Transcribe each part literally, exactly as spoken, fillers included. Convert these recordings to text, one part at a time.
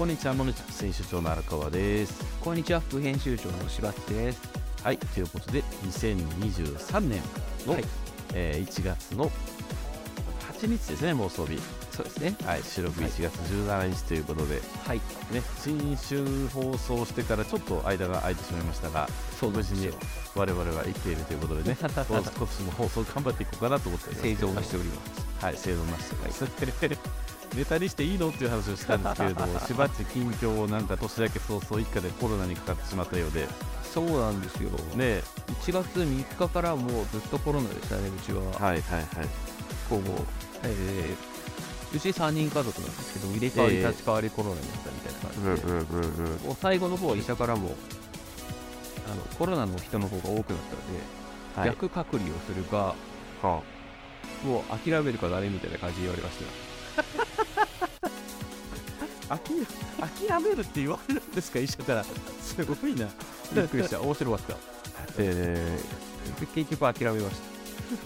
こんにちは、モノチック編集長の荒川です。 こんにちは、副編集長の柴田です。 はい、ということでにせんにじゅうさんねんの、はい、えー、いちがつのはちにちですね、放送日。 そうですね。 はい、収録いちがつじゅうしちにちということで、 はい、 ね、先週放送してからちょっと間が空いてしまいましたが、 そう無事に我々は生きているということでね、今年も放送頑張っていこうかなと思っております。 生存はしております。 はい、生存なしております。ネタにしていいのっていう話をしたんですけれども、しばっち近況をなんか年明け早々一家でコロナにかかってしまったようで。 そうなんですよね。いちがつみっかからもうずっとコロナでしたね、うちは。 はいはいはい。 こう、えー、うちさんにん家族なんですけど、入れ替わり立ち替わりコロナになったみたいな感じで、もう最後の方は医者からもあのコロナの人の方が多くなったので、はい、逆隔離をするか、はあ、もう諦めるか誰みたいな感じで言われました。 諦めるって言われるんですか、医者から。すごいな。 びっくりした。面白かった。 えー、結局諦めました。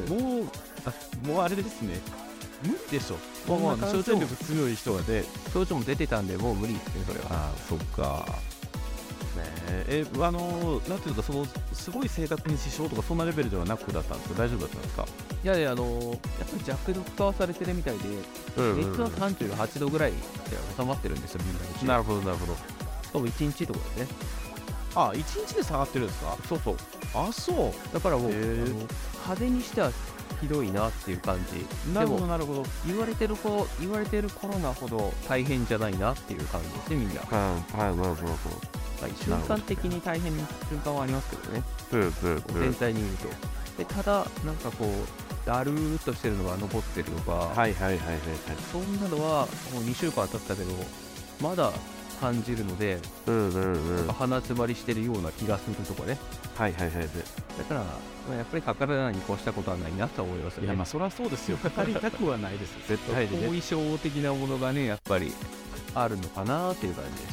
もうあもうあれですね、無理でしょ。もう症状力強い人がね、 症状も出てたんでもう無理ですね、それは。 ああ、そっかね。えあのなんていうか、そのすごい生活に支障とかそんなレベルではなくだったんですか？大丈夫だったんですか？ いやいや、あのー、やっぱり弱毒化されてるみたいで、うんうんうん、熱はさんじゅうはちどぐらいで収まってるんですよ、みんなうち。 なるほどなるほど。しかもいちにちとかですね。 ああ、いちにちで下がってるんですか？ そうそう。 あ、そう。 だからもう、あの風邪にしてはひどいなっていう感じ。 なるほどなるほど。 言われてる子言われてるコロナほど大変じゃないなっていう感じですね、みんな。 はいはい、なるほど。 はい、瞬間的に大変な瞬間はありますけどね。 うんうんうん、 全体に見ると。でただなんかこうだるーっとしてるのが残ってるのか、 はいはいはいはいはい、 そんなのはもうにしゅうかん経ったけどまだ感じるので、 うんうんうん、 なんか鼻詰まりしてるような気がするとかね。 はいはいはい。 だから、まあ、やっぱりかからないに越したことはないなと思いますよね。 いや、まあそりゃそうですよ。かかりたくはないです絶対に、ね、 後遺症的なものがねやっぱりあるのかなっていう感じです。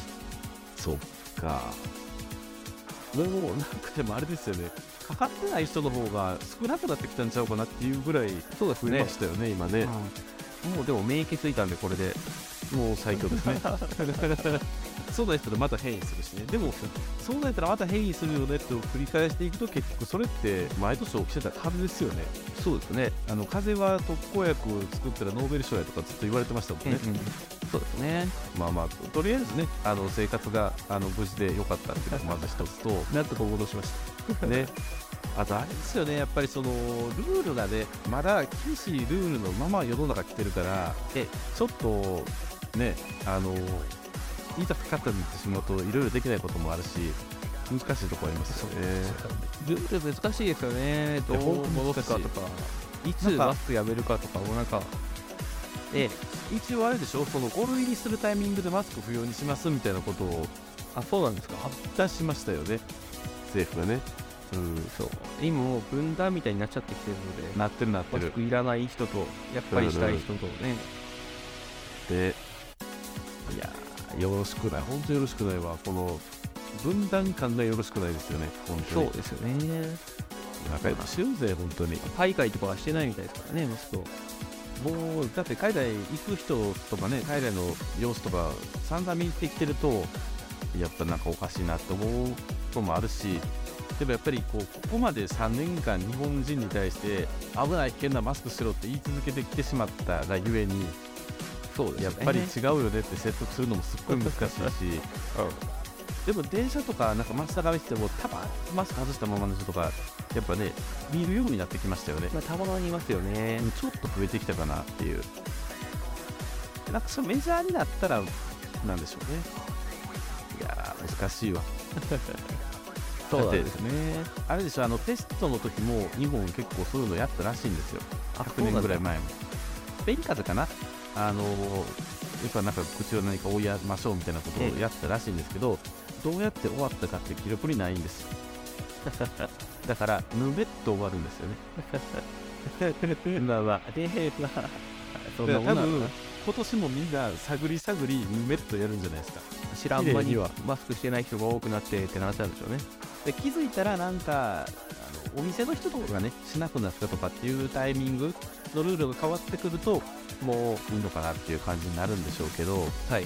そっか。もうなんかでもあれですよね、かかってない人の方が少なくなってきたんちゃうかなっていうぐらい増えましたよね、今ね、 うん、もうでも免疫ついたんでこれでもう最強ですね。そうだったらまた変異するしね。でもそうだったらまた変異するよねって繰り返していくと、結局それって毎年起きてた風邪ですよね。 そうですね。 あの風邪は特効薬を作ったらノーベル賞やとかずっと言われてましたもんね、 うんうん、そうですね。 まあまあとりあえずね、あの生活があの無事で良かったっていうのがまず一つとなんとか戻しましたね。あとあれですよね、やっぱりそのルールがね、まだ厳しいルールのまま世の中来てるから、えちょっとね、あのいざかかったりしてしまうといろいろできないこともあるし、難しいところありますよね。 ルール難しいですよね。どう戻すかとか、いつマスクやめるかとかもなんか、 え一応あれでしょ、そのご類にするタイミングでマスク不要にしますみたいなことを、 あ、そうなんですか、 出しましたよね、政府がね。 うん、そう。今もう分断みたいになっちゃってきてるので、 なってるなってる。 マスクいらない人とやっぱりしたい人とね。 で、いやよろしくない、本当よろしくないわ。この分断感がよろしくないですよね、本当に。 そうですよね。 やっぱりしようぜ、本当に。 海外とかはしてないみたいですからね、マスクを。 もうだって海外行く人とかね、海外の様子とか散々見てきてると、やっぱなんかおかしいなって思うこともあるし、でもやっぱりこうここまでさんねんかん日本人に対して危ない危険なマスクしろって言い続けてきてしまったがゆえに、 そうですね、 やっぱり違うよねって説得するのもすっごい難しいし、うん、でも電車とかなんか街中見ててもたまにマスク外したままの人とかやっぱね見るようになってきましたよね。 まあ、たまにいますよね。 ちょっと増えてきたかなっていう。なんかそのメジャーになったらなんでしょうね。いやー難しいわ。 そうですね。 あれでしょ、あのテストの時も日本結構そういうのやったらしいんですよ。ひゃくねんぐらい前も。スペイン風邪かな、あのやっぱなんか口を何か追いやましょうみたいなことをやってたらしいんですけど、どうやって終わったかって記録にないんですよ。だからぬめっと終わるんですよね。まあまあで、まあ、そんなもんなのかな。多分今年もみんな探り探りぬめっとやるんじゃないですか。 知らん間にはマスクしてない人が多くなってって話なんでしょうね。 で気づいたらなんかあのお店の人とかがねしなくなったとかっていうタイミングのルールが変わってくるともういいのかなっていう感じになるんでしょうけど、はい、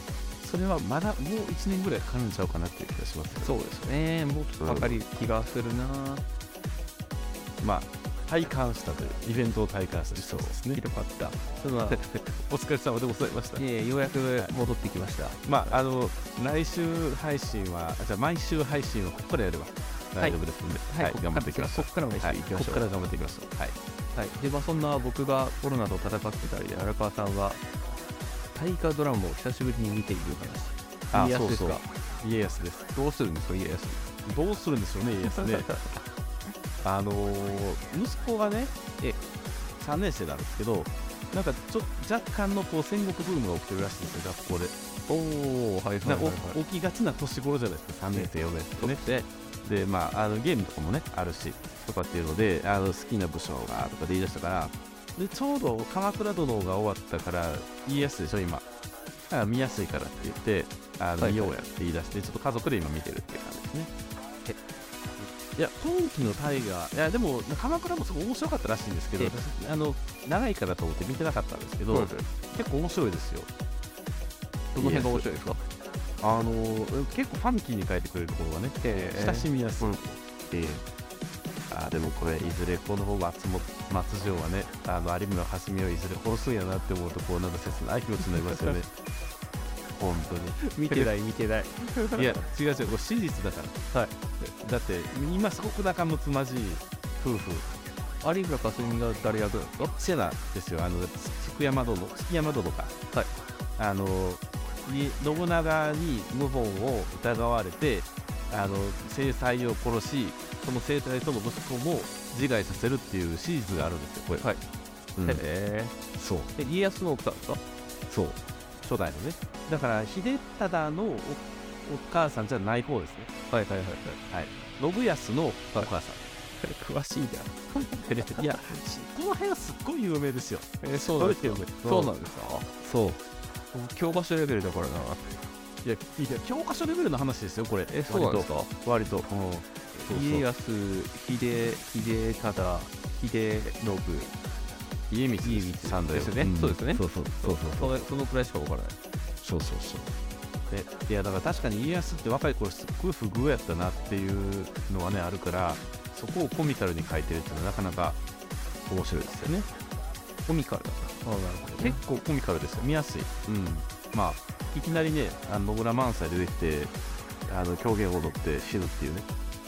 それはまだもういちねんぐらいかかるんちゃうかなっていう気がします、ね、 そうですね、もうちょっとかかる気がするな、うん、 まあ体感したというイベントを体感したそうですね。 ひどかったお疲れ様でございました。 いえようやく戻ってきました、はい、 まああの来週配信はじゃあ毎週配信はここからやれば大丈夫ですので、 はい、はいはい、頑張っていきましょう。ここから毎週いきましょう。 ここから頑張っていきましょう。はい、 はい、でまあそんな僕がコロナと戦ってたりで荒川さんは大河ドラマを久しぶりに見ている話。家康ですか？そうそう、家康です。 どうするんですか家康？ どうするんでしょうね家康ねあのー、息子がねえさんねん生なんですけど、なんかちょ若干のこう戦国ブームが起きてるらしいんですよ学校で。 おお、はいはいはい、はい、 起きがちな年頃じゃないですかさんねん生よねん生ね。ででまああのゲームとかもねあるしとかっていうので、あの好きな武将がとかで言い出したから、でちょうど鎌倉殿が終わったから家康でしょ今。だから見やすいからって言ってあの、はいはい、見ようやって言い出してちょっと家族で今見てるっていう感じですね。いや今期の大河、いやでも鎌倉もすごい面白かったらしいんですけど、私あの長いからと思って見てなかったんですけど、はいはい、結構面白いですよ。 どの辺が面白いですか？ あの結構ファンキーに書いてくれるところがね、えー、親しみやすい、うん、えー、あでもこれいずれこの松本松潤はねあの有村架純をいずれ殺すんやなって思うとこうなんか切ない気持ちになりますよね本当に見てない見てないいや違う違うこれ真実だから、はい、だって今すごく仲睦まじい夫婦。 有村架純が誰役なんですか？ セナですよ。あの築山殿築山殿か、はい、あの信長に謀反を疑われてあの正妻を殺しその正妻との息子も自害させるっていうシリーズがあるんですよこれ。はい、 うん、へえそうえ家康の奥さんですか？ そう初代のね。だから秀忠の お, お母さんじゃない方ですね。 はいはいはいはい、 はい、信康のお母さん、はい、 詳しいないやこの辺はすっごい有名ですよ。 えー、そうなんですか？そうなんですか？ そう教科書レベルだからな。 いやいや教科書レベルの話ですよこれ。 えそうなんですか？ 割と、うん、 そうそう家康秀秀忠秀信家光さんだよですよね、うん、そうですね。 そうそうそうそうそうそのくらいしか分からない。 そうそうそうでいやだから確かに家康って若い頃すっごい不遇やったなっていうのはねあるから、そこをコミカルに書いてるっていうのはなかなか面白いですよね。 コミカルだった。あなるほど、ね、 結構コミカルですよ見やすい。うんまあいきなりねあの野村萬斎出てきてあの狂言を踊って死ぬっていうね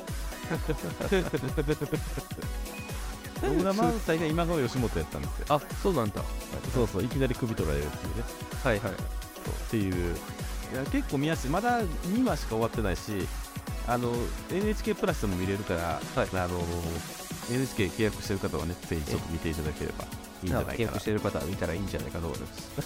野村萬斎が今川義元やったんですよ。 あそうなんだ。 そうそういきなり首取られるっていうね。 はいはいそうっていういや結構見やすい。まだにわしか終わってないしあの エヌエイチケー プラスでも見れるから、はい、あの エヌエイチケー 契約してる方はねぜひちょっと見ていただければいいんじゃないかな。 契約してる方は見たらいいんじゃないかと思い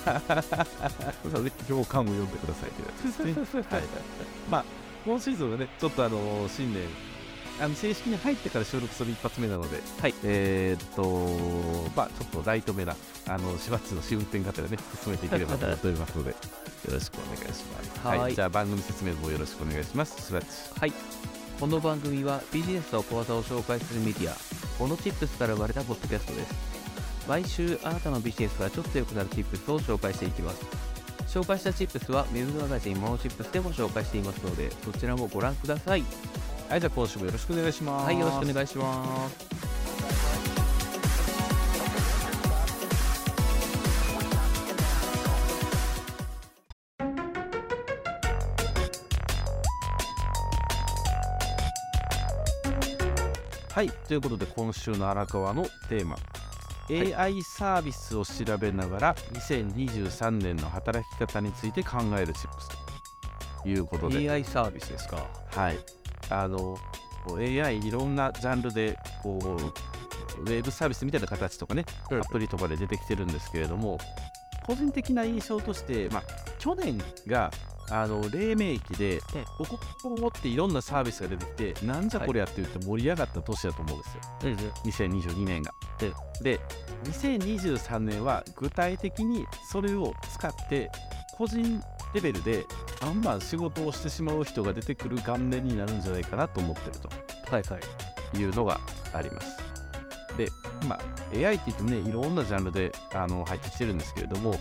ます行間を読んでくださいというやつですね、はい、まあ今シーズンはねちょっとあの新年あの正式に入ってから収録する一発目なので、はい、えー、っとまあちょっとライトめなあのしばっちの試運転がてらね進めていければと思っておりますのでよろしくお願いします。はい、はい、じゃあ番組説明もよろしくお願いします。しばっち。 はい、この番組はビジネスと小技を紹介するメディアモノチップスから生まれたポッドキャストです。毎週あなたのビジネスがちょっと良くなるチップスを紹介していきます。紹介したチップスはウェブマガジンモノチップスでも紹介していますのでそちらもご覧ください。 はい、じゃあ今週もよろしくお願いします。 はい、よろしくお願いします。 はい、ということで今週の荒川のテーマ、はい、エーアイ サービスを調べながらにせんにじゅうさんねんの働き方について考えるチップスということでエーアイ サービスですか。 はい、あの エーアイ いろんなジャンルでこうウェブサービスみたいな形とかね、うん、アプリとかで出てきてるんですけれども、個人的な印象として、まあ、去年があの黎明期でおこここっていろんなサービスが出てきてなんじゃこりゃって言って盛り上がった年だと思うんですよ、はい、にせんにじゅうにねんが。でにせんにじゅうさんねんは具体的にそれを使って個人レベルでバンバン仕事をしてしまう人が出てくる元年になるんじゃないかなと思ってると、はいはい、いうのがあります。で、まあ、エーアイ って言ってもねいろんなジャンルであの入ってきてるんですけれども、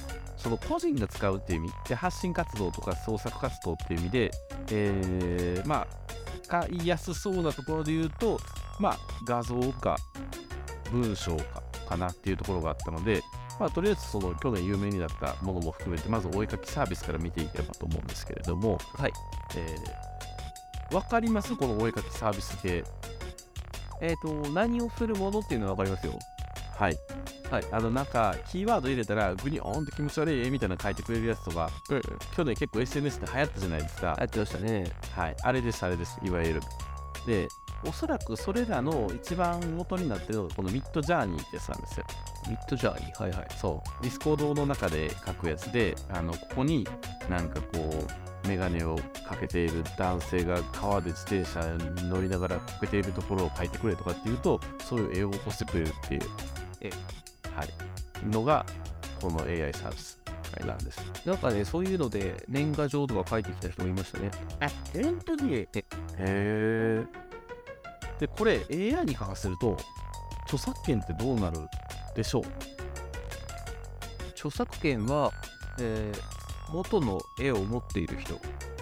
その個人が使うっていう意味で、発信活動とか創作活動っていう意味で、えー、まあ使いやすそうなところで言うと、まあ画像か文章かかなっていうところがあったので、まあとりあえずその去年有名になったものも含めて、まずお絵かきサービスから見ていければと思うんですけれども、 はい、 えー、分かりますこのお絵かきサービス系。 えっ、ー、と何をするものっていうのは分かりますよ。 はい、はい、あのなんかキーワード入れたらグニョーンって気持ち悪い絵みたいなの書いてくれるやつとか、うん、去年結構 エスエヌエス で流行ったじゃないですか。 流行ってましたね。 はい、あれですあれです、いわゆる。で、おそらくそれらの一番元になってるのがこのミッドジャーニーってやつなんですよ。 ミッドジャーニー、はいはい。 そうディスコードの中で書くやつで、あのここになんかこうメガネをかけている男性が川で自転車に乗りながらこけているところを描いてくれとかっていうと、そういう絵を起こしてくれるっていう絵、はい、のがこの エーアイ サービスなんです。 なんかね、そういうので年賀状とか書いてきた人もいましたね。 あ、本当に？へえ。でこれ エーアイ に書かせると著作権ってどうなるでしょう？ 著作権は、えー、元の絵を持っている人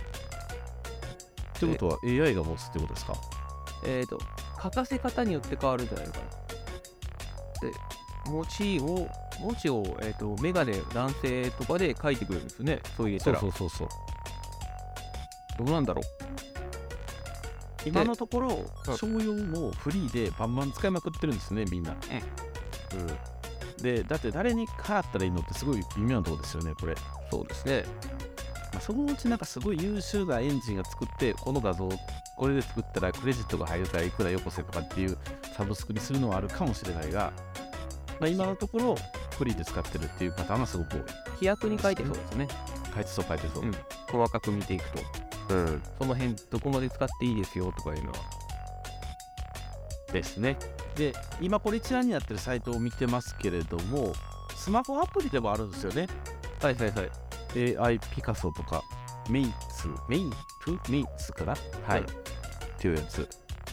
ってことは エーアイ が持つってことですか？ えーと書かせ方によって変わるんじゃないのかな。で文字を文字を、えーとメガネ男性とかで書いてくるんですよね。そう入れたらそうそうそうそうどうなんだろう。 今のところ商用もフリーでバンバン使いまくってるんですね、みんな。うん、うん、でだって誰に払ったらいいのってすごい微妙なところですよね、これ。 そうですね。 まあ、そのうちなんかすごい優秀なエンジンが作って、この画像これで作ったらクレジットが入るからいくらよこせとかっていうサブスクにするのはあるかもしれないが、まあ、今のところフリーで使ってるっていうパターンはすごく多い。 規約に書いてそうですね。 書いてそう書いてそう、うん、 細かく見ていくと、うん、その辺どこまで使っていいですよとかいうのはですね。で今これ一覧になってるサイトを見てますけれども、スマホアプリでもあるんですよね。 はいはいはい。 エーアイ ピカソとかメイツメイプメイツかな、はい、うん、っていうやつ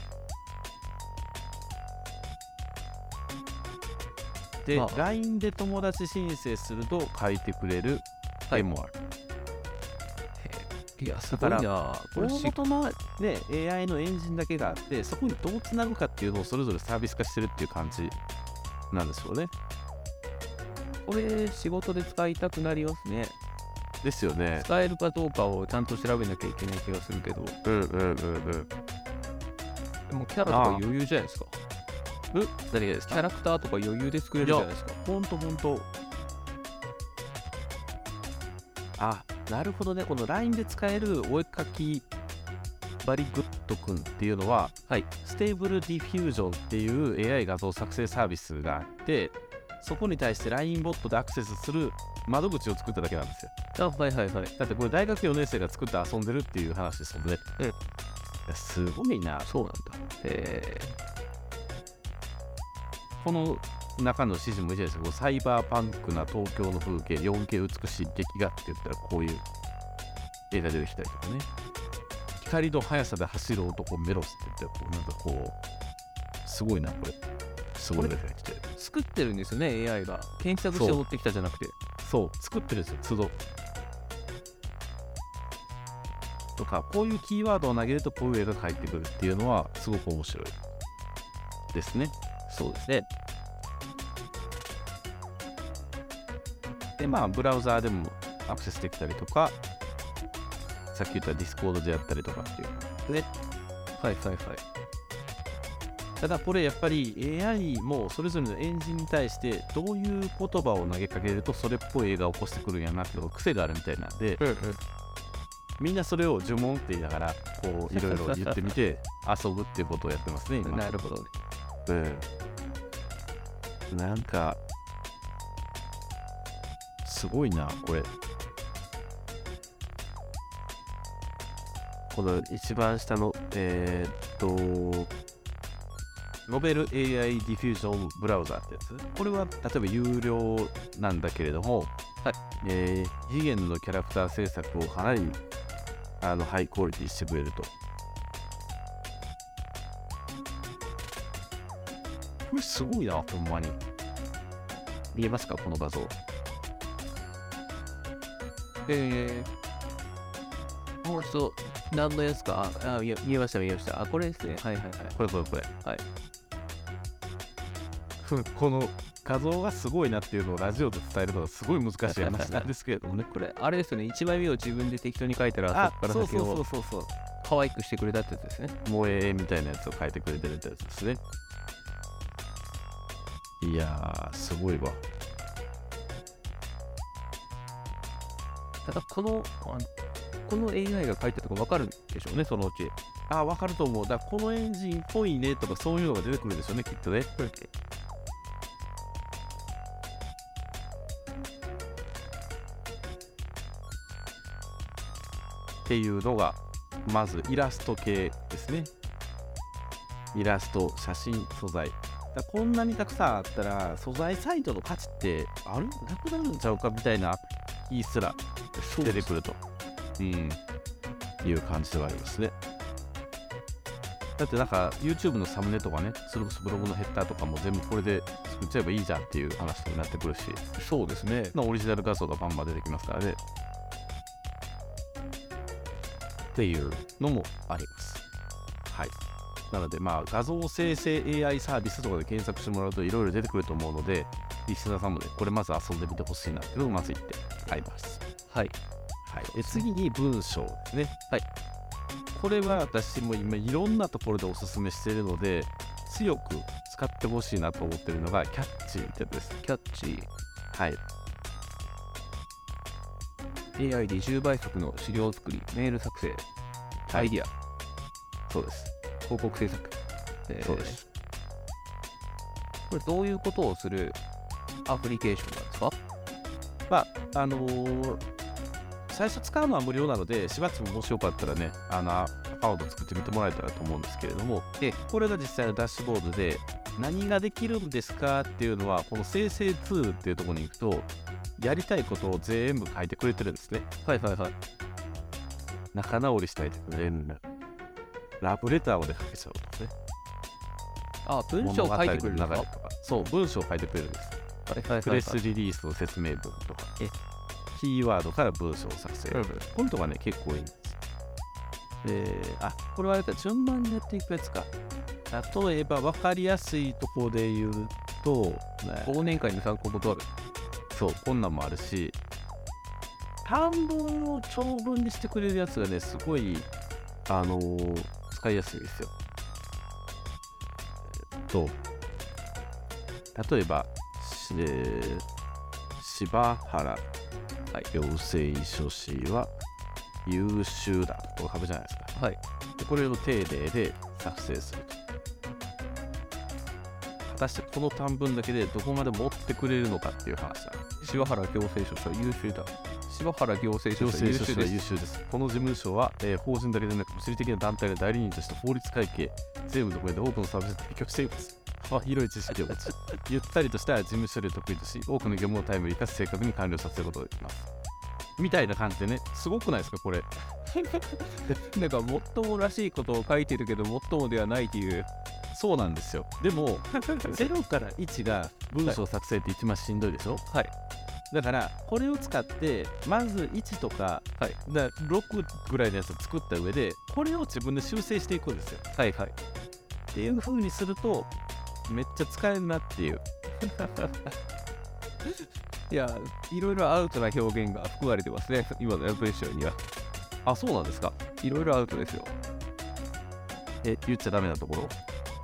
で、まあ、ライン で友達申請すると書いてくれる絵もある。 いや、すごいな。 大元の、ね、エーアイ のエンジンだけがあって、そこにどうつなぐかっていうのをそれぞれサービス化してるっていう感じなんですよね。 これ仕事で使いたくなりますね。 ですよね。 使えるかどうかをちゃんと調べなきゃいけない気がするけど。 うんうんうんうん。 でもキャラとか余裕じゃないですか。 うん？何がですか？ キャラクターとか余裕で作れるじゃないですか。 ほんとほんと。あ、なるほどね。この ライン で使えるお絵かきバリグッドくんっていうのは、はい、ステーブルディフュージョンっていう エーアイ 画像作成サービスがあって、そこに対して ライン ボットでアクセスする窓口を作っただけなんですよ。 あ、はいはいはい。 だってこれ大学よねん生が作って遊んでるっていう話ですもんね。うん。いやすごいな。 そうなんだ。へー。 この中の指示もいいじゃないですか。こうサイバーパンクな東京の風景 よんケー 美しい劇画って言ったらこういう絵が出てきたりとかね。光の速さで走る男メロスって言ってこうなんかこうすごいなこれ。すごい出てきて作ってるんですよね エーアイ が。検索して持ってきたじゃなくて。 そう作ってるんですよ都度。とかこういうキーワードを投げるとこういう絵が返ってくるっていうのはすごく面白いですね。 そうですね。 でまあブラウザーでもアクセスできたりとか、さっき言ったディスコードでやったりとかっていうね。 はいはいはい。 ただこれやっぱり エーアイ もそれぞれのエンジンに対してどういう言葉を投げかけるとそれっぽい映画を起こしてくるんやなっていう癖があるみたいなんで、うんうん、みんなそれを呪文って言いながらこういろいろ言ってみて遊ぶっていうことをやってますね今。 なるほどね。 うん、なんかすごいなこれ。この一番下のえー、っとノベル エーアイ ディフュージョンブラウザーってやつ、これは例えば有料なんだけれども、はいえー、次元のキャラクター制作をかなりあのハイクオリティしてくれると。これすごいなほんまに。見えますかこの画像。 えー、もうちょっと何のやつか、あ、あ見えました見えました。あ、これですね。はいはいはい。 これこれこれ。 はい。 この画像がすごいなっていうのをラジオで伝えるのがすごい難しい話なんですけれどもね。 これあれですよね。いちまいめを自分で適当に書いたら、 あ、 そこから先をそうそうそうそう可愛くしてくれたってやつですね。 萌えみたいなやつを書いてくれてるってやつですね。いやー、すごいわ。 ただこのあのこの エーアイ が書いたとか分かるんでしょうね、そのうち。 あ、分かると思う。だからこのエンジンっぽいねとかそういうのが出てくるでしょうね、きっとね。っていうのがまずイラスト系ですね。イラスト、写真、素材。だこんなにたくさんあったら素材サイトの価値ってあるなくなるんちゃうかみたいな気すら出てくると、うん、いう感じではありますね。だってなんか YouTube のサムネとかね、それこそブログのヘッダーとかも全部これで作っちゃえばいいじゃんっていう話になってくるし、 そうですね。 オリジナル画像がバンバン出てきますからね。っていうのもあります。はい。なのでまあ画像生成 エーアイ サービスとかで検索してもらうといろいろ出てくると思うので、リスナーさんもね、これまず遊んでみてほしいなっていうのをまず言ってあります。 はい。 はい。で次に文章ですね。 はい。 これは私も今いろんなところでおすすめしているので、強く使ってほしいなと思っているのがキャッチーってやつです。 キャッチー。 はい。 エーアイ でじゅうばい速の資料作り、メール作成、アイディア。 そうです。 広告制作。 えー、そうです。 これどういうことをするアプリケーションなんですか？ まあ、あのー、最初使うのは無料なので、しばらくももしよかったらね、あの、アカウント作ってみてもらえたらと思うんですけれども、で、これが実際のダッシュボードで、何ができるんですかっていうのは、この生成ツールっていうところに行くと、やりたいことを全部書いてくれてるんですね。 はいはいはい。 仲直りしたいとかね、ラブレターまで書けちゃうとかね。 あ、文章を書いてくれるんですか？ そう、文章を書いてくれるんです。 はいはいはいはい、 プレスリリースの説明文とか、えキーワードから文章を作成。こういうのがね、結構いいんです。で、あ、これは順番にやっていくやつか。例えば、分かりやすいところで言うと、 ね、忘年会の参考ことある。 そう、こんなんもあるし、短文を長文にしてくれるやつがね、すごい、あのー、使いやすいですよ。と、例えば、えー、柴原行政書士は優秀だと書くじゃないですか。 はい。 でこれを丁寧で作成すると。果たしてこの短文だけでどこまで持ってくれるのかっていう話だ。 柴原行政書士は優秀だ。柴原行政書士は優秀です。 優秀です。この事務所は、えー、法人だけでなく物理的な団体の代理人として法律会計、税務の上で多くのサービスを提供しています。幅広い知識を持ち、ゆったりとした事務処理を得意とし、多くの業務のタイムを生かし正確に完了させることができます。みたいな感じでね、すごくないですか、これ。 なんか、もっともらしいことを書いてるけど、もっともではないという。 そうなんですよ。でも、ゼロからいちが文章作成って一番しんどいでしょ。 はい。 だから、これを使って、まずいちとか、はい、だろくぐらいのやつを作った上で、これを自分で修正していくんですよ。 はいはい。 っていう風にすると、めっちゃ使えるなっていう。 いや、いろいろアウトな表現が含まれてますね、今の文章には。 あ、そうなんですか。 いろいろアウトですよ。 え、言っちゃダメなところ？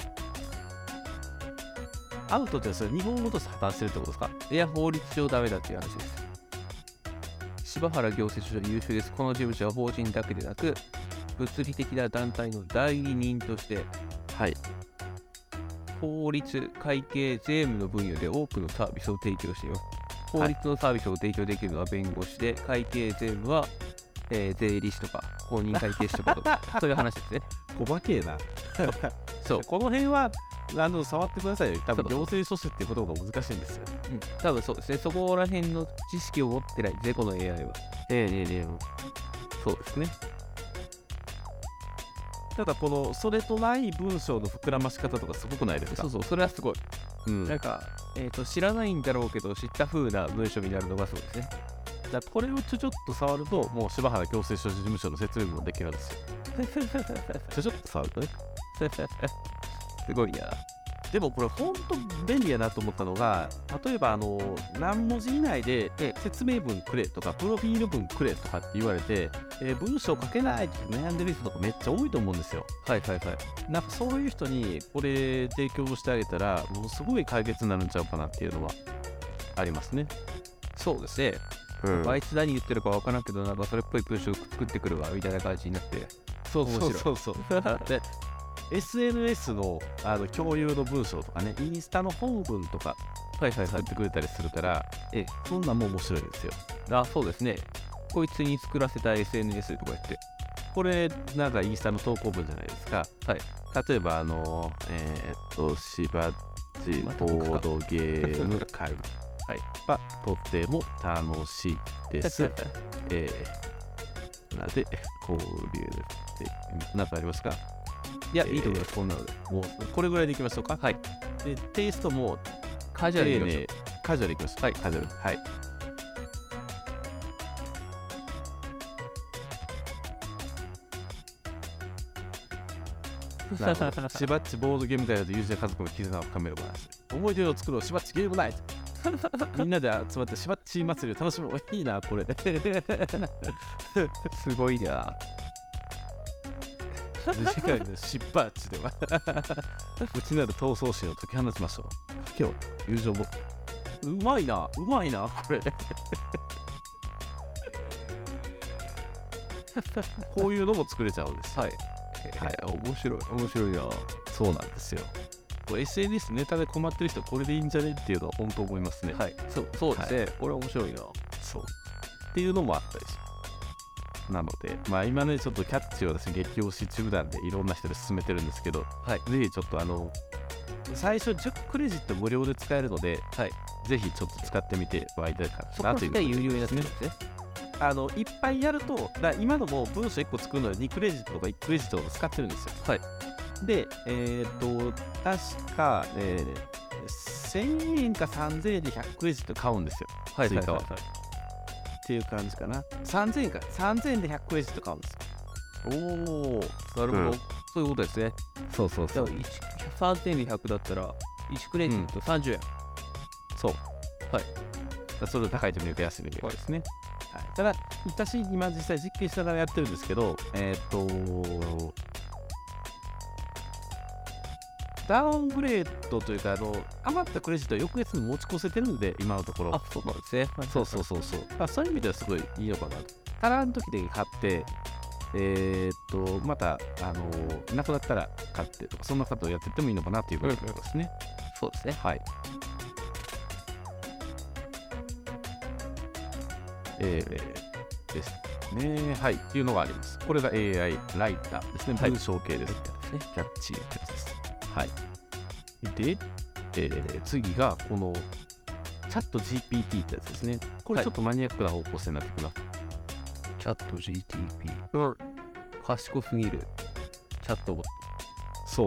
アウトってそれ日本語として破綻してるってことですか？ いや、法律上ダメだっていう話です。柴原行政書士は優秀です。この事務所は法人だけでなく、物理的な団体の代理人として、 はい。 法律、会計、税務の分野で多くのサービスを提供しています。法律のサービスを提供できるのは弁護士で、会計、税務は、えー、税理士とか公認会計士とかとかそういう話ですね。 小ばけえな。 そう。 この辺はあの触ってくださいよ。多分行政書士っていうことが難しいんですよ。 うん、多分そうですね。そこら辺の知識を持ってないぜ、この エーアイ は。 ええええそうですね。ただこのそれとない文章の膨らまし方とかすごくないですか？ そうそう、それはすごい。 うん、 なんか、えーと、知らないんだろうけど知った風な文章になるのがそうですね。 だこれをちょちょっと触ると、もう柴原強制所持事務所の説明もできるんですよ。ちょちょっと触るとね。 すごいな。 でもこれ本当便利やなと思ったのが、例えばあの何文字以内で説明文くれとかプロフィール文くれとかって言われて、えー、文章書けないって悩んでる人とかめっちゃ多いと思うんですよ。 はいはいはい。 なんかそういう人にこれ提供してあげたらもうすごい解決になるんちゃうかなっていうのはありますね。 そうですね。うん、あいつ何言ってるか分からんけど、なんかそれっぽい文章作ってくるわみたいな感じになって、 そうそうそうそうでエスエヌエス の, あの共有の文章とかね、インスタの本文とか作ってくれたりするから、えそんなんも面白いですよ。 あ、そうですね。こいつに作らせた エスエヌエス とか言って、 これなんかインスタの投稿文じゃないですか。 はい。 例えばあのえー、っとしばっちボードゲーム会はい、 はとっても楽しいです。えー、なので交流で何かありますか？ いや、えー、いいと思います。こんなのでもうこれぐらいでいきましょうか。 はい。 でテイストもカジュアルにいきましょう。 カジュアルいきましょう。はい、カジュアル。はい。しばっちボードゲーム会だと友人や家族の絆を深める話。思い出を作ろうしばっちゲームナイト。みんなで集まってしばっち祭りを楽しむ。いいなこれ。 すごいな。 次回のしばっちでは内なる闘争心を解き放ちましょう。今日友情もうまいなうまいなこれ。こういうのも作れちゃうんです。 はいはい、面白い面白いな。 そうなんですよ。エスエヌエス ネタで困ってる人これでいいんじゃねっていうのは本当思いますね。 はい、そうそうですね、はい、これ面白いな。 そうっていうのもあったりします。なのでまあ今ねちょっとキャッチを私激推し中なんでいろんな人で進めてるんですけど、 はい、 ぜひちょっとあの最初じゅうクレジット無料で使えるので、 はい、 ぜひちょっと使ってみてはいただかなという。 そこで有料になってるんですね。 あのいっぱいやるとだ今のも文章いっこ作るのでにクレジットとかいちクレジットを使ってるんですよ。 はい。 で、えっと確か、えー、せんえんかさんぜんえんでひゃくクレジット買うんですよ。 はいはいはい、はい、 っていう感じかな。さんぜんえんかさんぜんえんでひゃくクレジット買うんですよ。 おお、なるほど、うん、そういうことですね。 そうそうそう。 さんぜんえんでひゃくだったらいちクレジットさんじゅうえん、 うん、そうはい。 それを高いと見るか安いと見るかですね。はい、ただ私今実際実験しながらやってるんですけど、えっとダウングレードというかあの余ったクレジットは翌月に持ち越せてるんで今のところ。 あ、そうなんですね。 そうそうそうそう。あ、そういう意味ではすごいいいのかなと。足らん時で買ってえー、っとまたあのなくなったら買ってとかそんなことをやってってもいいのかなということですね。 そうですね。 はい。えー、ですね。はい。っていうのがあります。これが エーアイ ライターですね。文章系です。 はい、 キャッチーなやつです。はい。で、えー、次がこのチャット ジーピーティー ってやつですね。これちょっとマニアックな方向性になってきます。はい、 チャット ジーティーピー。うん。賢すぎる。チャットボット。 そう。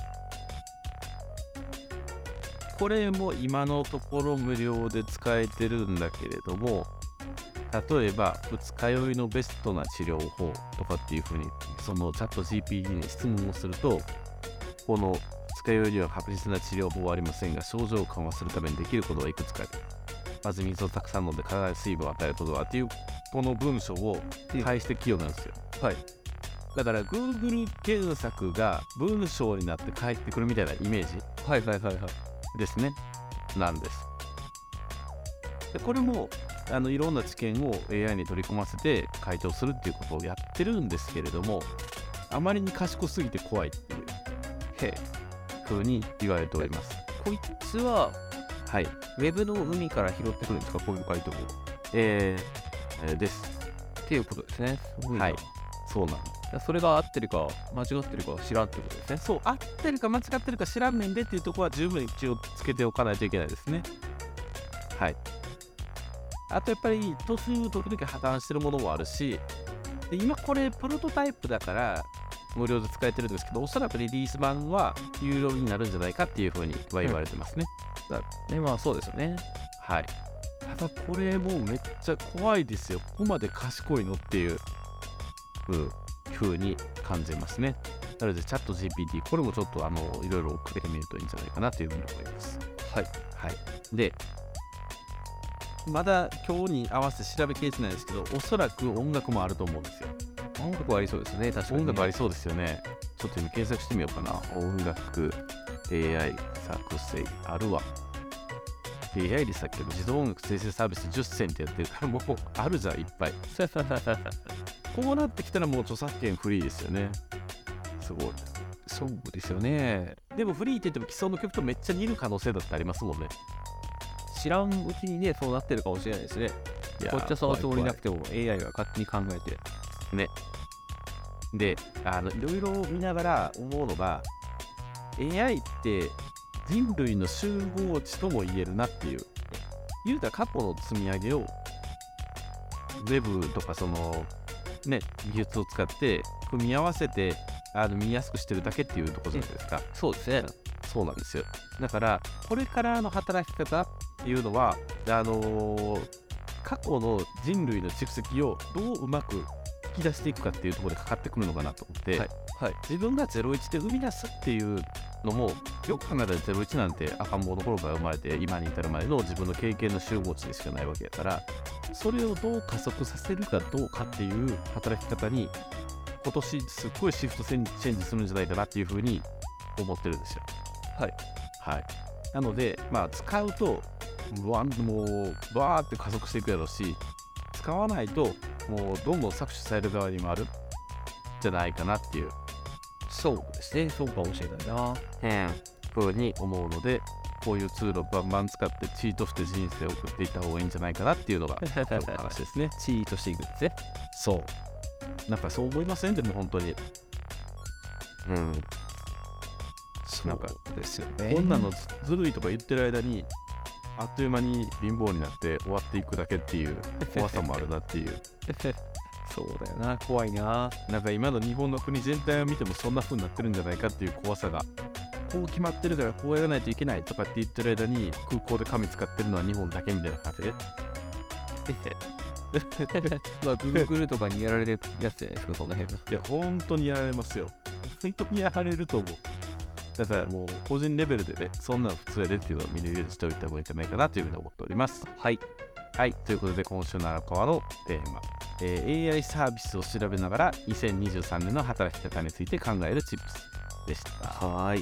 これも今のところ無料で使えてるんだけれども、例えば二日酔いのベストな治療法とかっていうふうにそのチャット ジーピーティー に質問をすると、この二日酔いには確実な治療法はありませんが症状を緩和するためにできることはいくつかある。まず水をたくさん飲んで体に水分を与えることはっていうこの文章を返してきようなんですよ。 はい。 だから Google 検索が文章になって返ってくるみたいなイメージ。 はいはいはいはいですね。なんです。でこれもあのいろんな知見を エーアイ に取り込ませて回答するっていうことをやってるんですけれども、あまりに賢すぎて怖いっていうへ風に言われております。 こいつは、 はい、 ウェブの海から拾ってくるんですか、こういう回答を。 えー、えー、です。 っていうことですね。すごいな。 はい、そうなんだ。それが合ってるか間違ってるか知らんってことですね。 そう、合ってるか間違ってるか知らんねんでっていうところは十分一応つけておかないといけないですね。はい。あとやっぱり途中時々破綻してるものもあるし、で今これプロトタイプだから無料で使えてるんですけど、おそらくリリース版は有料になるんじゃないかっていうふうには言われてますね。 だね、まあそうですよね。 はい。 ただこれもめっちゃ怖いですよ。ここまで賢いのっていう、うん、風に感じますね。なのでチャット ジーピーティー これもちょっとあのいろいろ送ってみるといいんじゃないかなというふうに思います。 はい、 はい、でまだ今日に合わせて調べきれてないですけど、おそらく音楽もあると思うんですよ。 音楽はありそうですね。確かに、ね、 音楽ありそうですよね。ちょっと今検索してみようかな。音楽 エーアイ 作成あるわ。エーアイ でさっきの自動音楽生成サービスじゅっせんってやってるからもうあるじゃんいっぱいこうなってきたらもう著作権フリーですよね。すごい。 そうですよね。 でもフリーって言っても既存の曲とめっちゃ似る可能性だってありますもんね。 知らんうちにねそうなってるかもしれないですね。こっちはそのつもりなくても エーアイ が勝手に考えてね。であのいろいろ見ながら思うのが エーアイ って人類の集合値とも言えるなっていう。言うたら過去の積み上げをウェブとかそのね技術を使って組み合わせてあの見やすくしてるだけっていうところじゃないですか。 そうですね。 そうなんですよ。だからこれからの働き方っていうのはあのー、過去の人類の蓄積をどううまく引き出していくかっていうところでかかってくるのかなと思って、 はいはい、 自分がゼロイチで生み出すっていうのもよく考えたらゼロイチなんて赤ん坊の頃から生まれて今に至るまでの自分の経験の集合値でしかないわけだから、それをどう加速させるかどうかっていう働き方に今年すっごいシフトチェンジするんじゃないかなっていうふうに思ってるんですよ。 はいはい。なのでまあ使うとワンもうバーって加速していくやろうし、使わないともうどんどん搾取される側にもあるじゃないかなっていう。 そうですね。そうかもしれないな。 変風に思うので、こういうツールをバンバン使ってチートして人生を送っていった方がいいんじゃないかなっていうのが話ですね。 チートしていくんですね。 そう。なんかそう思いません？でも本当に。うん。なんかですよね。 こんなのずるいとか言ってる間にあっという間に貧乏になって終わっていくだけっていう怖さもあるなっていうそうだよな。怖いな。 なんか今の日本の国全体を見てもそんな風になってるんじゃないかっていう怖さが、こう決まってるからこうやらないといけないとかって言ってる間に空港で紙使ってるのは日本だけみたいな感じでまあ Google とかにやられるやつじゃないですか、その辺は。 いや本当にやられますよ。本当にやられると思う。だからもう個人レベルでね、そんなの普通やでっていうのを見るようにしておいた方がいいんじゃないかなというふうに思っております。 はい。 はい。ということで今週の荒川のテーマ、えー、エーアイ サービスを調べながらにせんにじゅうさんねんの働き方について考えるチップスでした。 はい。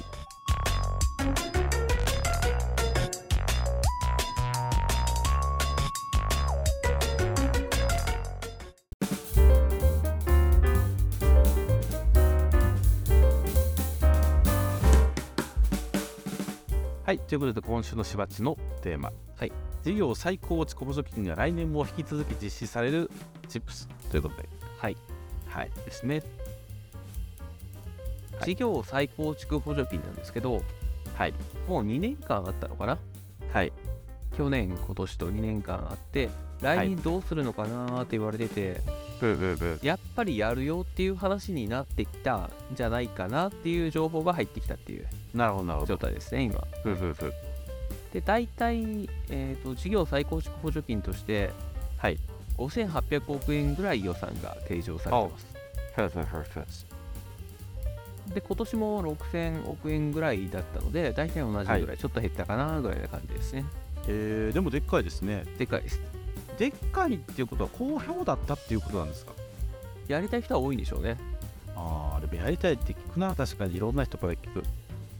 はい、ということで今週のしばっちのテーマ、はい、事業再構築補助金が来年も引き続き実施されるチップスということで、 はい、 はいですね。 はい、事業再構築補助金なんですけど、はい、もうにねんかんあったのかな。 はい。 去年、今年とにねんかんあって、来年どうするのかなって言われてて、はい、やっぱりやるよっていう話になってきたんじゃないかなっていう情報が入ってきたっていう状態ですね、今。 ふうふうふうで、大体、えーと、事業再構築補助金として、はい、ごせんはっぴゃくおくえんぐらい予算が計上されてます。で、今年もろくせんおくえんぐらいだったので、大体同じぐらい、はい、ちょっと減ったかなぐらいな感じですね。 えー、でもでっかいですね。 でっかいです。 でっかいっていうことは好評だったっていうことなんですか？ やりたい人は多いんでしょうね。 ああ、でもやりたいって聞くな。確かにいろんな人から聞く。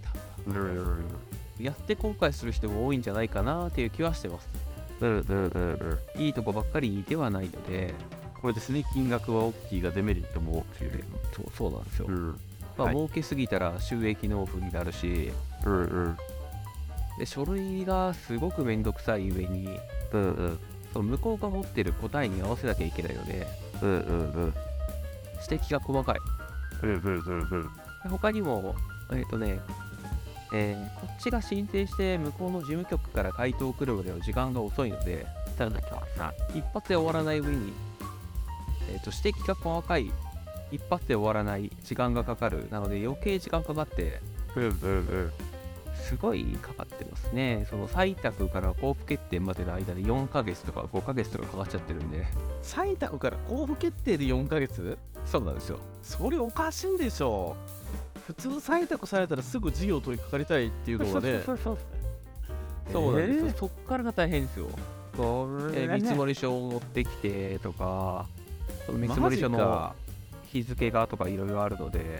やって後悔する人も多いんじゃないかなっていう気はしてます。いいとこばっかりではないので、 これですね、金額は大きいがデメリットも大きい。 そう、そうなんですよ。うん、まあ、はい、儲けすぎたら収益納付になるし、うんうん、で書類がすごくめんどくさい上に、うんうん、その向こうが持ってる答えに合わせなきゃいけないので、うんうんうん、指摘が細かい。うんうんうんうん、他にも、えっとね、えー、こっちが申請して向こうの事務局から回答来るまでの時間が遅いので、ただ一発で終わらない上に、えー、と指摘が細かい、一発で終わらない、時間がかかる、なので余計時間かかって、うんうんうん、 すごいかかってますね。その採択から交付決定までの間でよんかげつとかごかげつとかかかっちゃってるんで。 採択から交付決定でよんかげつ？ そうなんですよ。 それおかしいんでしょう。普通採択されたらすぐ事業取り掛かりたいっていうのはね。 そうそうそうなんですよ、えー、そっからが大変ですよ。これ、ね、見積書を持ってきてとか、その見積書の日付がとかいろいろあるので、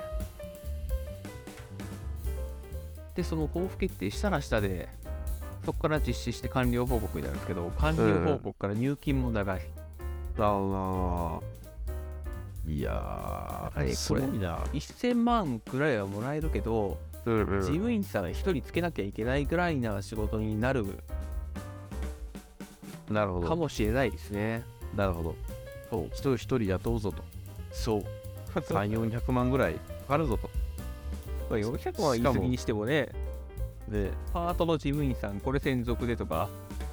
でその交付決定したらしたで、そこから実施して完了報告になるんですけど、完了報告から入金も長い。 だな、いやー、すごいな。 いっせんまんくらいはもらえるけど、うんうん、事務員さんひとりつけなきゃいけないぐらいな仕事になるなるほどかもしれないですね。 なるほど。そう人一人雇うぞと。 そうさんびゃくよんひゃくまんぐらいかかるぞと。 まあ、よんひゃくまんは言い過ぎにしてもね、でパートの事務員さんこれ専属でとか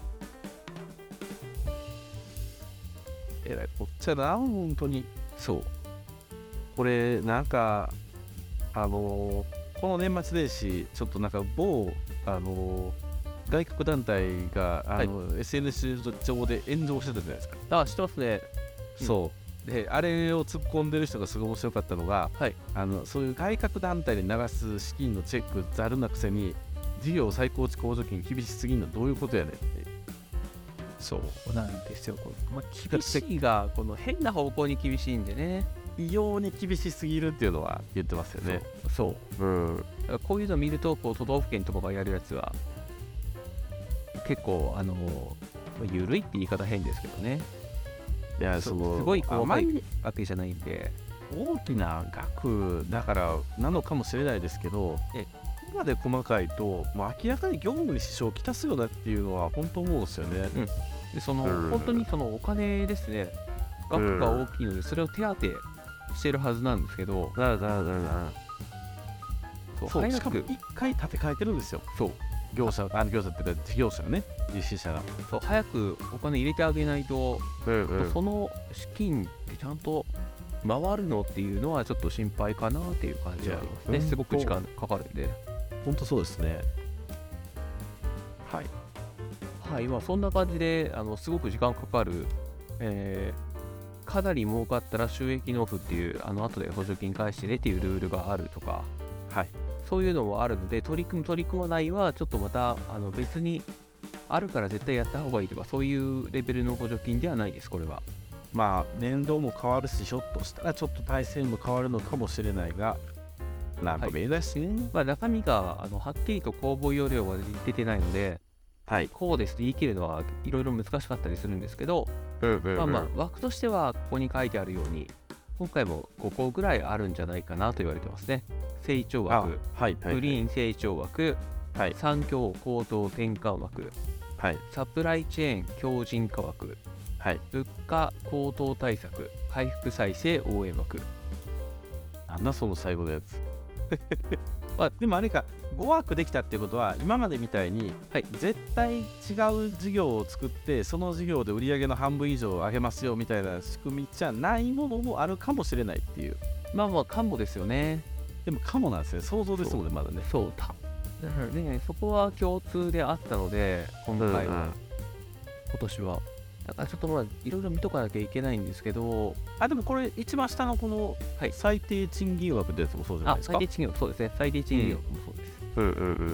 えらいこっちゃな、本当に。 そうこれなんかあのーこの年末年始ちょっとなんか某あの外国団体があの、はい、エスエヌエス 上で炎上してたじゃないですか。 あ、知ってますね。 そう、うん、であれを突っ込んでる人がすごい面白かったのが、はい、あのそういう外国団体に流す資金のチェックざるなくせに事業再構築補助金厳しすぎるのどういうことやねんって。 そうなんですよ。この、まあ、厳しいがこの変な方向に厳しいんでね、 異様に厳しすぎるっていうのは言ってますよね。 そう、うん、こういうのを見るとこう都道府県とかがやるやつは結構あの緩いって言い方変ですけどね。 いや、そのすごい細かいわけじゃないんで、 大きな額だからなのかもしれないですけど、えここまで細かいともう明らかに業務に支障をきたすよなっていうのは本当思うんですよね。 うん、でその、うん、本当にそのお金ですね、額が大きいのでそれを手当てしてるはずなんですけど、 だらだらだらだらそう、しかもいっかい建て替えてるんですよ。そう業者、あの業者っていうか事業者がね、実施者がそう早くお金入れてあげないと、うんうん、その資金ってちゃんと回るのっていうのはちょっと心配かなっていう感じはありますね。すごく時間かかるんで。 本当そうですね。 はいはい、まあそんな感じであのすごく時間かかる、えー、かなり儲かったら収益納付っていうあの後で補助金返してねっていうルールがあるとか、はい、そういうのもあるので、取り組む取り組まないはちょっとまたあの別にあるから絶対やった方がいいとかそういうレベルの補助金ではないです。これはまあ年度も変わるし、ひょっとしたらちょっと体制も変わるのかもしれないが、なんか見えないしね、はい、 まあ、中身があのはっきりと公募要領は出てないので、はい、こうですと言い切るのはいろいろ難しかったりするんですけど、うんうんうん、まあまあ枠としてはここに書いてあるように今回もごこぐらいあるんじゃないかなと言われてますね。成長枠、はいはいはい、グリーン成長枠、はい、産業高騰転換枠、はい、サプライチェーン強靭化枠、はい、物価高騰対策回復再生応援枠。 なんだその最後のやつまあ、でもあれかご枠できたっていうことは今までみたいに、はい、絶対違う事業を作ってその事業で売り上げの半分以上上げますよみたいな仕組みじゃないものもあるかもしれないっていう。 まあまあかもですよね。 でもかもなんですね。想像ですもんね、まだね。 そうだからね、そこは共通であったので今回は、うんうん、今年はだからちょっとまあいろいろ見とかなきゃいけないんですけど、 あでもこれ一番下のこの最低賃金枠ってやつもそうじゃないですか。 あ、最低賃金枠、そうですね、最低賃金枠もそうです、うん、うんうんうん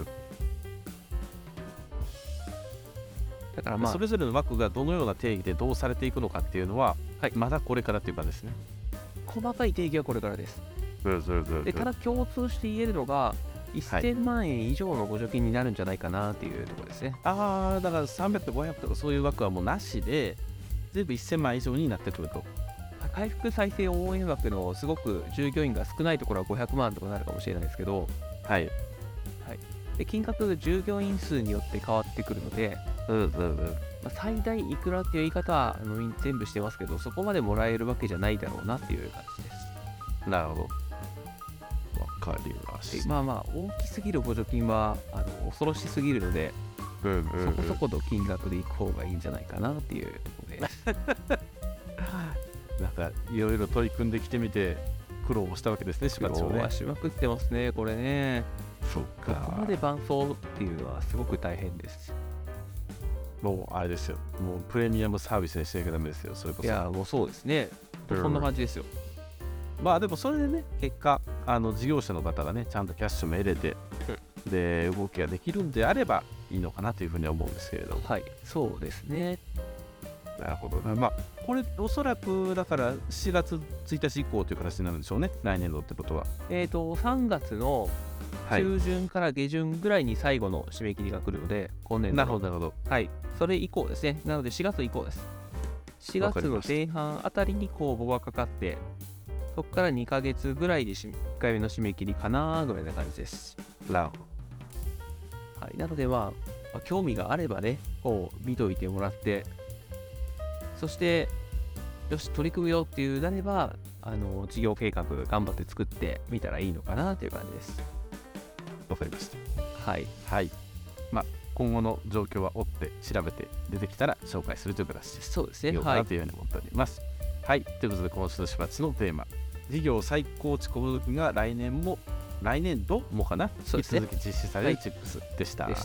だからまあそれぞれの枠がどのような定義でどうされていくのかっていうのは、はい、まだこれからっていう感じですね。 細かい定義はこれからです。でただ共通して言えるのがせんまんえん以上の補助金になるんじゃないかなっていうところですね。 ああ、だからさんびゃくとかごひゃくとかそういう枠はもうなしで全部せんまん以上になってくると。 回復再生応援枠のすごく従業員が少ないところはごひゃくまんとかなるかもしれないですけど、はい、はい、で金額従業員数によって変わってくるので、うんうんうんまあ、最大いくらっていう言い方はあの全部してますけど、そこまでもらえるわけじゃないだろうなっていう感じです。 なるほど、わかりました。 まあまあ大きすぎる補助金はあの恐ろしすぎるので、うんうんうん、そこそこの金額でいく方がいいんじゃないかなっていうところでなんかいろいろ取り組んできてみて苦労をしたわけですね、しばらくね。 苦労はしまくってますね、これね。 そうここまで伴奏っていうのはすごく大変です。 もうあれですよ、もうプレミアムサービスにしなきゃダメですよ、それこそ。 いやもうそうですね、うん、そんな感じですよ。 まあでもそれでね、結果あの事業者の方がねちゃんとキャッシュも得れて、うん、で動きができるんであればいいのかなというふうに思うんですけれども。 はい、そうですね。 なるほどな。まあこれおそらくだからしがつついたち以降という形になるんでしょうね、来年度ってことは。 えっとさんがつの中旬から下旬ぐらいに最後の締め切りが来るので、今年度。 なるほどなるほど。 はい、それ以降ですね。なのでしがつ以降です。しがつの前半あたりに公募がかかって、そこからにかげつぐらいでいっかいめの締め切りかなぐらいな感じです。 なるほど。はい、なので、まあ、まあ、興味があればね、こう見といてもらって、そして、よし、取り組むよっていうなれば、あの事業計画頑張って作ってみたらいいのかなという感じです。 わかりました。 はい。 はい。まあ、今後の状況は追って調べて出てきたら紹介するという形でそうですね。 いいかなというふうに思っております。はい。はい、ということで、今週のしばっちのテーマ、事業再構築が来年も、来年度もかな、 そうですね、 引き続き実施されるチップスでした。 はい、でした。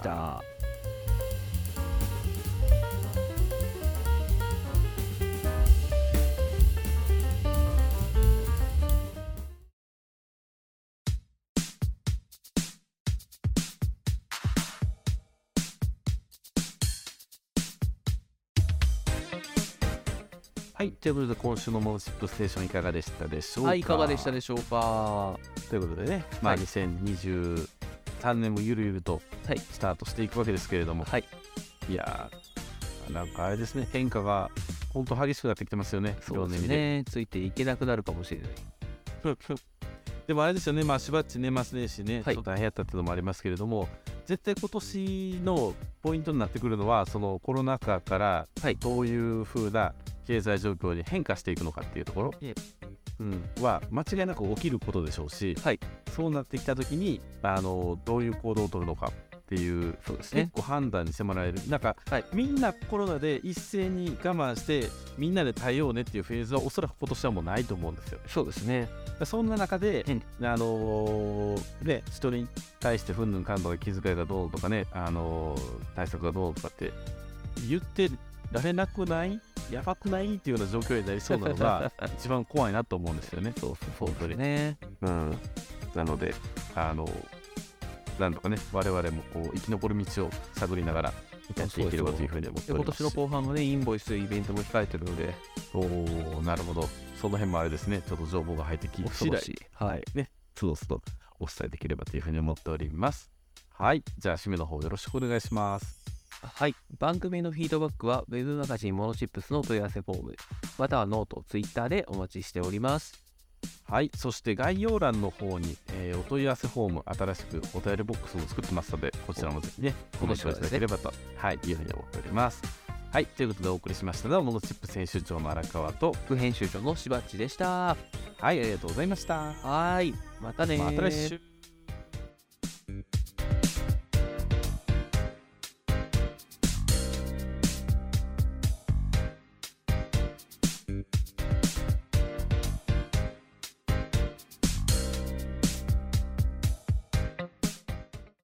はい、ということで今週のモノチップステーションいかがでしたでしょうか。 はい、いかがでしたでしょうか。 ということでね、まあ、にせんにじゅうさんねんもゆるゆるとスタートしていくわけですけれども、はい、いやー、なんかあれですね、変化が本当激しくなってきてますよね。 そうですね、ついていけなくなるかもしれない。 でもあれですよね、まあ、しばっち年末年始ね、はい、ちょっと大変やったっていうのもありますけれども、絶対今年のポイントになってくるのは、そのコロナ禍からどういう風な経済状況に変化していくのかっていうところ、はい、うん、は間違いなく起きることでしょうし、はい、そうなってきた時にあのどういう行動を取るのかっていう、そうですね、結構判断にしてもらえる。なんか、はい、みんなコロナで一斉に我慢してみんなで耐えようねっていうフェーズはおそらく今年はもうないと思うんですよ。 そうですね。 そんな中で、うん、あのー、ね、人に対してふんぬんかんぬん気遣いがどうとかね、あのー、対策がどうとかって言ってられなくない、やばくないっていうような状況になりそうなのが一番怖いなと思うんですよね。 そうそうそうですね。 うん。なので、あのなんとかね、我々もこう生き残る道を探りながらやっていければというふうに思っております。 今年の後半もね、インボイスイベントも控えてるので、 おお、なるほど。その辺もあれですね、ちょっと情報が入ってき次第、はい、ね、つどつどお伝えできればというふうに思っております。はい、じゃあ締めの方よろしくお願いします。 はい、番組のフィードバックはウェブマガジンモノチップスの問い合わせフォーム、またはノート、ツイッターでお待ちしております。 はい、そして概要欄の方に、えー、お問い合わせフォーム、新しくお便りボックスを作ってますので、こちらもぜひね、コメントいただければと、ね、はい、いうふうに思っております。はい、ということでお送りしましたのはモノチップス編集長の荒川と副編集長のしばっちでした。 はい、ありがとうございました。 はい、またねー。 また来週。